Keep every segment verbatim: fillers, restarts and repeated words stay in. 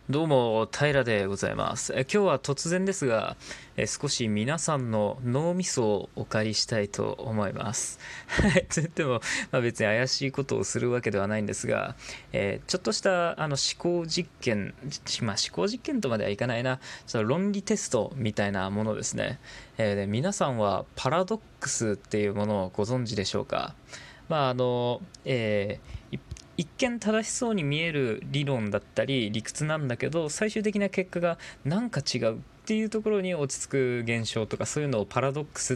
どうも、平でございます。え今日は突然ですが、え少し皆さんの脳みそをお借りしたいと思います。はい、と言っても、まあ、別に怪しいことをするわけではないんですが、えーちょっとしたあの思考実験、じまあ、思考実験とまではいかないな、ちょっと論理テストみたいなものですね。えーで皆さんはパラドックスっていうものをご存知でしょうか？まああの、えー一一見正しそうに見える理論だったり理屈なんだけど、最終的な結果がなんか違うっていうところに落ち着く現象とか、そういうのをパラドックスって、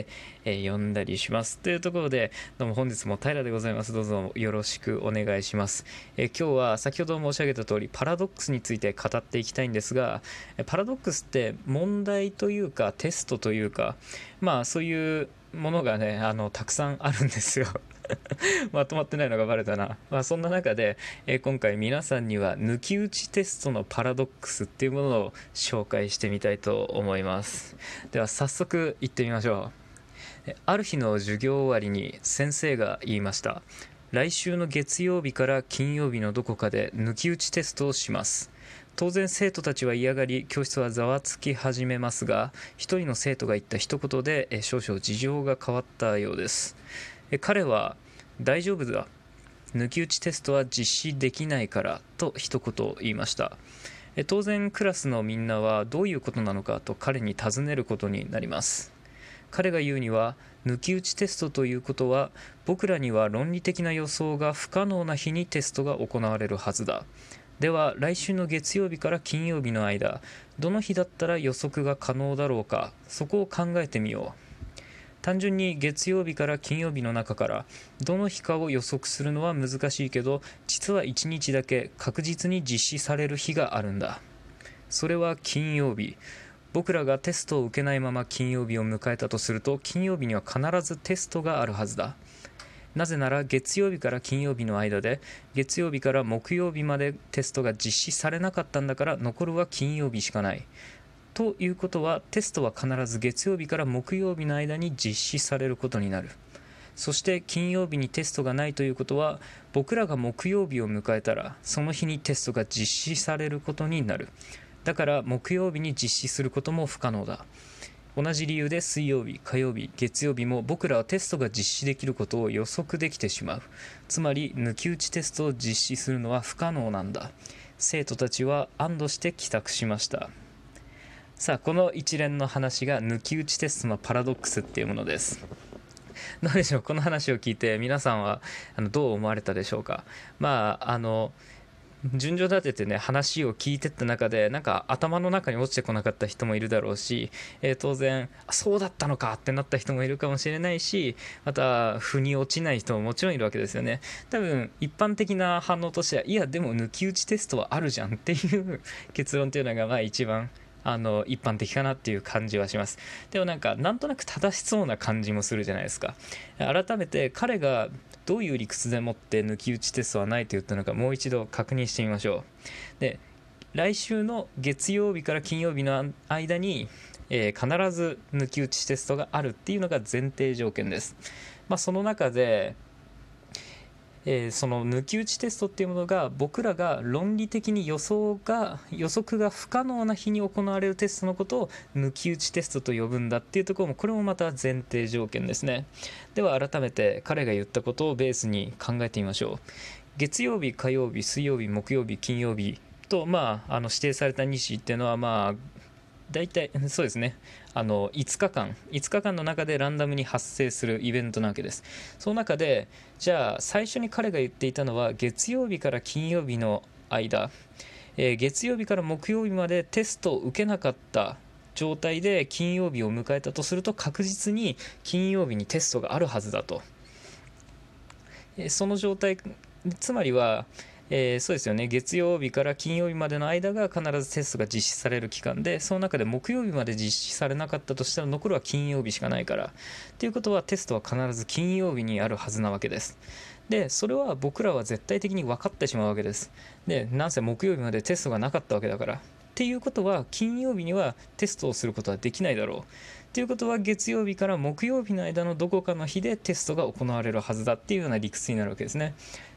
えー呼んだりしますというところで、どうも本日も平でございます。どうぞよろしくお願いします。えー今日は先ほど申し上げた通りパラドックスについて語っていきたいんですが、パラドックスって問題というかテストというか、まあそういうものがね、あのたくさんあるんですよ。まとまってないのがバレたな。まあ、そんな中で、えー今回皆さんには抜き打ちテストのパラドックスっていうものを紹介してみたいと思います。では早速行ってみましょう。えある日の授業終わりに先生が言いました。来週の月曜日から金曜日のどこかで抜き打ちテストをします。当然生徒たちは嫌がり、教室はざわつき始めますが、一人の生徒が言った一言でえ少々事情が変わったようです。え彼は大丈夫だ、抜き打ちテストは実施できないからと一言言いました。え当然クラスのみんなはどういうことなのかと彼に尋ねることになります。彼が言うには、抜き打ちテストということは僕らには論理的な予想が不可能な日にテストが行われるはずだ。では来週の月曜日から金曜日の間、どの日だったら予測が可能だろうか、そこを考えてみよう。単純に月曜日から金曜日の中からどの日かを予測するのは難しいけど、実はいちにちだけ確実に実施される日があるんだ。それは金曜日。僕らがテストを受けないまま金曜日を迎えたとすると、金曜日には必ずテストがあるはずだ。なぜなら月曜日から金曜日の間で月曜日から木曜日までテストが実施されなかったんだから、残るは金曜日しかない。ということはテストは必ず月曜日から木曜日の間に実施されることになる。そして金曜日にテストがないということは、僕らが木曜日を迎えたらその日にテストが実施されることになる。だから木曜日に実施することも不可能だ。同じ理由で水曜日、火曜日、月曜日も僕らはテストが実施できることを予測できてしまう。つまり抜き打ちテストを実施するのは不可能なんだ。生徒たちは安堵して帰宅しました。さあ、この一連の話が抜き打ちテストのパラドックスっていうものです。どうでしょう、この話を聞いて皆さんはあのどう思われたでしょうか？まああの順序立ててね、話を聞いてった中でなんか頭の中に落ちてこなかった人もいるだろうし、えー当然そうだったのかってなった人もいるかもしれないし、また腑に落ちない人ももちろんいるわけですよね。多分一般的な反応としては、いやでも抜き打ちテストはあるじゃんっていう結論っていうのがまあ一番あの一般的かなっていう感じはします。でもなんかなんとなく正しそうな感じもするじゃないですか。改めて彼がどういう理屈でもって抜き打ちテストはないと言ったのか、もう一度確認してみましょう。で、来週の月曜日から金曜日の間に、えー必ず抜き打ちテストがあるっていうのが前提条件です。まあ、その中でえーその抜き打ちテストっていうものが、僕らが論理的に予想が予測が不可能な日に行われるテストのことを抜き打ちテストと呼ぶんだっていうところも、これもまた前提条件ですね。では改めて彼が言ったことをベースに考えてみましょう。月曜日、火曜日、水曜日、木曜日、金曜日と、まあ、あの指定された日っていうのは、まあ大体そうですね、あのいつかかんいつかかんの中でランダムに発生するイベントなわけです。その中で、じゃあ最初に彼が言っていたのは月曜日から金曜日の間、えー月曜日から木曜日までテストを受けなかった状態で金曜日を迎えたとすると、確実に金曜日にテストがあるはずだと。えーその状態、つまりは、えーそうですよね、月曜日から金曜日までの間が必ずテストが実施される期間で、その中で木曜日まで実施されなかったとしたら残るは金曜日しかないから、っていうことはテストは必ず金曜日にあるはずなわけです。でそれは僕らは絶対的に分かってしまうわけです。でなんせ木曜日までテストがなかったわけだから、っていうことは金曜日にはテストをすることはできないだろう。ということは月曜日から木曜日の間のどこかの日でテストが行われるはずだっていうような理屈になるわけですね。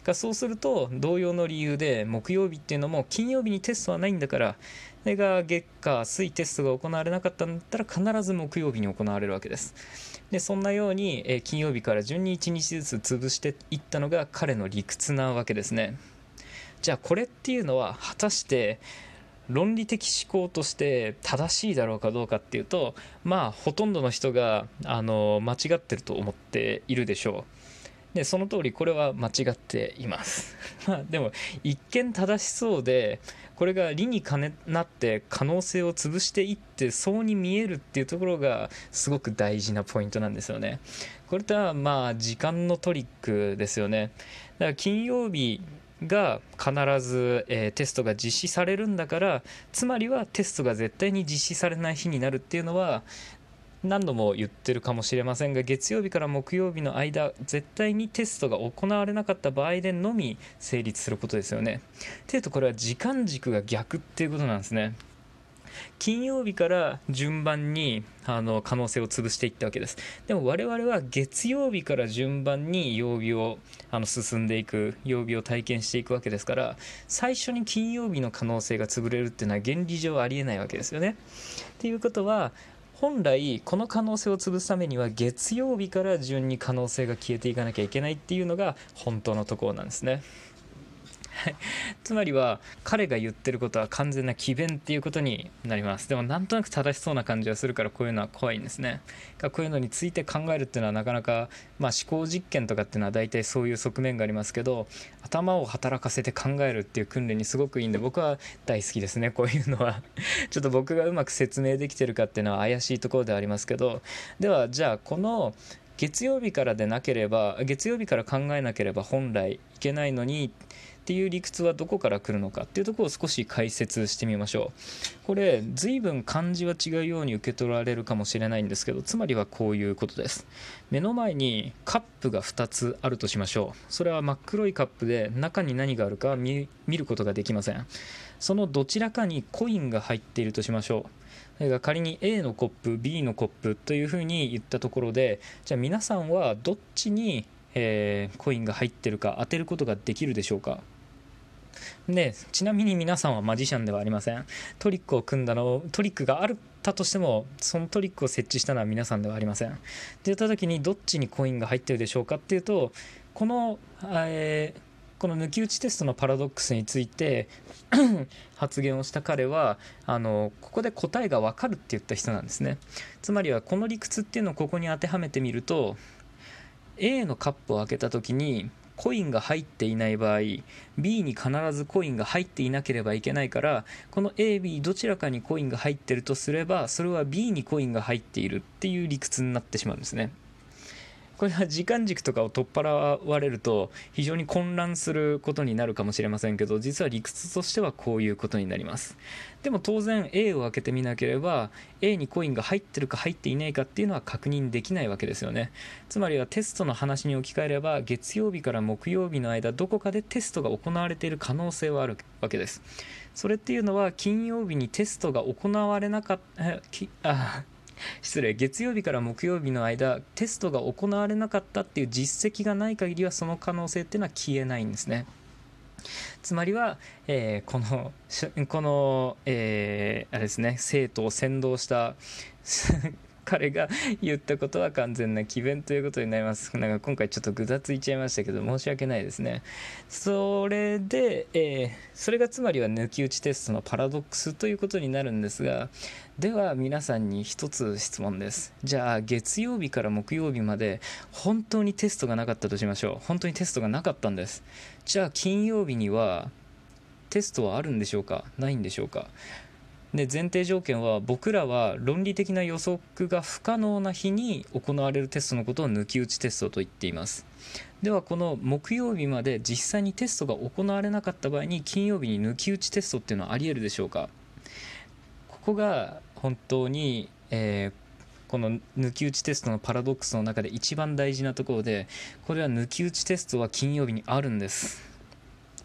そうすると同様の理由で木曜日っていうのも金曜日にテストはないんだから、それが月火水テストが行われなかったんだったら必ず木曜日に行われるわけです。でそんなように、えー金曜日から順にいちにちずつ潰していったのが彼の理屈なわけですね。じゃあこれっていうのは果たして論理的思考として正しいだろうかどうかっていうと、まあほとんどの人があの間違ってると思っているでしょう。でその通りこれは間違っていますまあでも一見正しそうで、これが理にかなって可能性を潰していってそうに見えるっていうところがすごく大事なポイントなんですよね。これとはまあ時間のトリックですよね。だから金曜日が必ず、えーテストが実施されるんだから、つまりはテストが絶対に実施されない日になるっていうのは何度も言ってるかもしれませんが、月曜日から木曜日の間絶対にテストが行われなかった場合でのみ成立することですよね。っていうとこれは時間軸が逆っていうことなんですね。金曜日から順番にあの可能性を潰していったわけです。でも我々は月曜日から順番に曜日をあの進んでいく、曜日を体験していくわけですから、最初に金曜日の可能性が潰れるっていうのは原理上ありえないわけですよね。っていうことは本来この可能性を潰すためには月曜日から順に可能性が消えていかなきゃいけないっていうのが本当のところなんですね。つまりは彼が言ってることは完全な詭弁っていうことになります。でもなんとなく正しそうな感じはするから、こういうのは怖いんですね。こういうのについて考えるっていうのはなかなか、まあ、思考実験とかっていうのは大体そういう側面がありますけど、頭を働かせて考えるっていう訓練にすごくいいんで僕は大好きですね、こういうのはちょっと僕がうまく説明できてるかっていうのは怪しいところではありますけど、ではじゃあこの月曜日からでなければ月曜日から考えなければ本来いけないのにっていう理屈はどこから来るのかっていうところを少し解説してみましょう。これ随分漢字は違うように受け取られるかもしれないんですけど、つまりはこういうことです。目の前にカップがふたつあるとしましょう。それは真っ黒いカップで中に何があるか見ることができません。そのどちらかにコインが入っているとしましょう。それが仮に A のコップ B のコップというふうに言ったところで、じゃあ皆さんはどっちに、えーコインが入ってるか当てることができるでしょうか。でちなみに皆さんはマジシャンではありません。トリックを組んだのトリックがあったとしてもそのトリックを設置したのは皆さんではありません。って言った時にどっちにコインが入ってるでしょうかっていうと、この、えーこの抜き打ちテストのパラドックスについて発言をした彼はあのここで答えが分かるって言った人なんですね。つまりはこの理屈っていうのをここに当てはめてみると、 A のカップを開けた時にコインが入っていない場合 B に必ずコインが入っていなければいけないから、この エービー どちらかにコインが入ってるとすればそれは B にコインが入っているっていう理屈になってしまうんですね。これは時間軸とかを取っ払われると非常に混乱することになるかもしれませんけど、実は理屈としてはこういうことになります。でも当然 A を開けてみなければ A にコインが入ってるか入っていないかっていうのは確認できないわけですよね。つまりはテストの話に置き換えれば月曜日から木曜日の間どこかでテストが行われている可能性はあるわけです。それっていうのは金曜日にテストが行われなかったあ失礼月曜日から木曜日の間テストが行われなかったっていう実績がない限りはその可能性っていうのは消えないんですね。つまりは、えーこのこの、えーあれですね、生徒を先導した彼が言ったことは完全な詭弁ということになります。なんか今回ちょっとぐだついちゃいましたけど申し訳ないですね。それで、えーそれがつまりは抜き打ちテストのパラドックスということになるんですが、では皆さんに一つ質問です。じゃあ月曜日から木曜日まで本当にテストがなかったとしましょう。本当にテストがなかったんです。じゃあ金曜日にはテストはあるんでしょうか、ないんでしょうか。で前提条件は僕らは論理的な予測が不可能な日に行われるテストのことを抜き打ちテストと言っています。ではこの木曜日まで実際にテストが行われなかった場合に金曜日に抜き打ちテストっていうのはあり得るでしょうか。ここが本当に、えーこの抜き打ちテストのパラドックスの中で一番大事なところで、これは抜き打ちテストは金曜日にあるんです。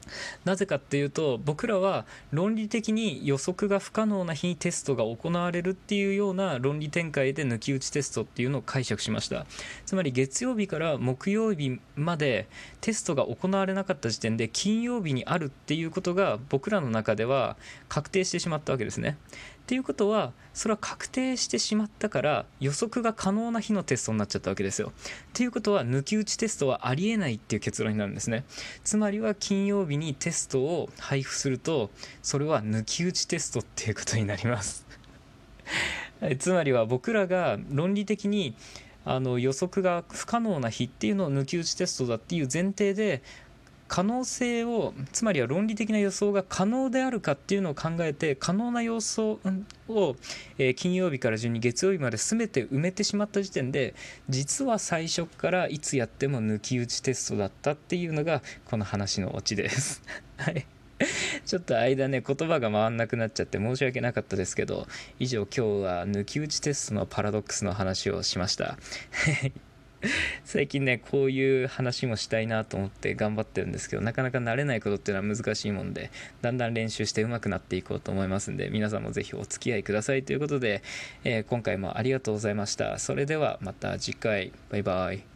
なぜかっていうと、僕らは論理的に予測が不可能な日にテストが行われるっていうような論理展開で抜き打ちテストっていうのを解釈しました。つまり月曜日から木曜日までテストが行われなかった時点で金曜日にあるっていうことが僕らの中では確定してしまったわけですね。っていうことは、それは確定してしまったから予測が可能な日のテストになっちゃったわけですよ。っていうことは、抜き打ちテストはありえないっていう結論になるんですね。つまりは金曜日にテストを配布すると、それは抜き打ちテストっていうことになりますつまりは僕らが論理的にあの予測が不可能な日っていうのを抜き打ちテストだっていう前提で、可能性を、つまりは論理的な予想が可能であるかっていうのを考えて、可能な予想を、えー金曜日から順に月曜日まで全て埋めてしまった時点で、実は最初からいつやっても抜き打ちテストだったっていうのがこの話のオチですはいちょっと間ね言葉が回んなくなっちゃって申し訳なかったですけど、以上今日は抜き打ちテストのパラドックスの話をしました最近ねこういう話もしたいなと思って頑張ってるんですけど、なかなか慣れないことっていうのは難しいもんで、だんだん練習して上手くなっていこうと思いますんで、皆さんもぜひお付き合いくださいということで、えー今回もありがとうございました。それではまた次回、バイバイ。